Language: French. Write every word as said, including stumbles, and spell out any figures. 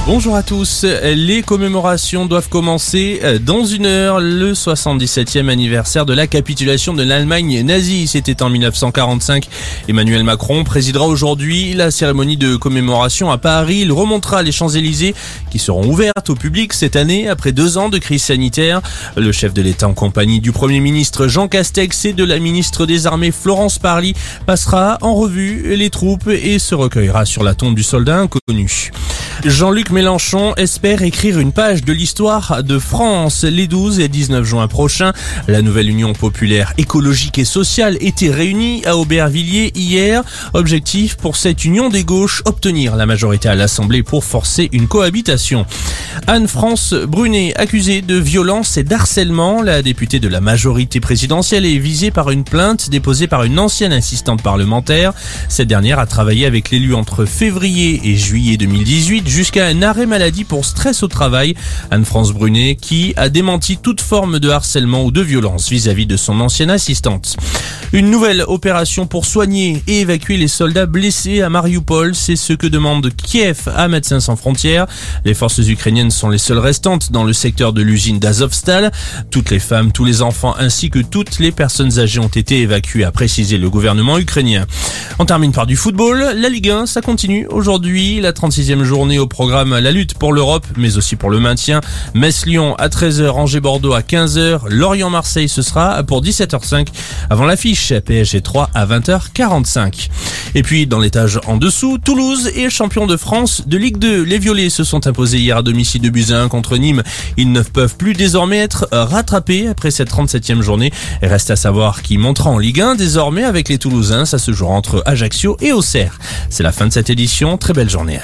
Bonjour à tous, les commémorations doivent commencer dans une heure. Le soixante-dix-septième anniversaire de la capitulation de l'Allemagne nazie, c'était en mille neuf cent quarante-cinq. Emmanuel Macron présidera aujourd'hui la cérémonie de commémoration à Paris. Il remontera les Champs-Élysées qui seront ouvertes au public cette année après deux ans de crise sanitaire. Le chef de l'État en compagnie du Premier ministre Jean Castex et de la ministre des Armées Florence Parly passera en revue les troupes et se recueillera sur la tombe du soldat inconnu. Jean-Luc Mélenchon espère écrire une page de l'histoire de France. Les douze et dix-neuf juin prochains, la nouvelle Union populaire écologique et sociale était réunie à Aubervilliers hier. Objectif pour cette union des gauches, obtenir la majorité à l'Assemblée pour forcer une cohabitation. Anne-France Brunet, accusée de violence et d'harcèlement, la députée de la majorité présidentielle est visée par une plainte déposée par une ancienne assistante parlementaire. Cette dernière a travaillé avec l'élu entre février et juillet deux mille dix-huit jusqu'à un arrêt maladie pour stress au travail. Anne-France Brunet qui a démenti toute forme de harcèlement ou de violence vis-à-vis de son ancienne assistante. Une nouvelle opération pour soigner et évacuer les soldats blessés à Mariupol, c'est ce que demande Kiev à Médecins sans frontières. Les forces ukrainiennes sont les seules restantes dans le secteur de l'usine d'Azovstal. Toutes les femmes, tous les enfants ainsi que toutes les personnes âgées ont été évacuées, a précisé le gouvernement ukrainien. On termine par du football. La Ligue un, ça continue aujourd'hui. La trente-sixième journée au programme, la lutte pour l'Europe, mais aussi pour le maintien. Metz-Lyon à treize heures, Angers-Bordeaux à quinze heures, Lorient-Marseille ce sera pour dix-sept heures cinq. Avant l'affiche, P S G trois à vingt heures quarante-cinq. Et puis dans l'étage en dessous, Toulouse est champion de France de Ligue deux. Les Violets se sont imposés hier à domicile de buts à un contre Nîmes. Ils ne peuvent plus désormais être rattrapés après cette trente-septième journée. Il reste à savoir qui montera en Ligue un désormais avec les Toulousains. Ça se jouera entre Ajaccio et Auxerre. C'est la fin de cette édition. Très belle journée.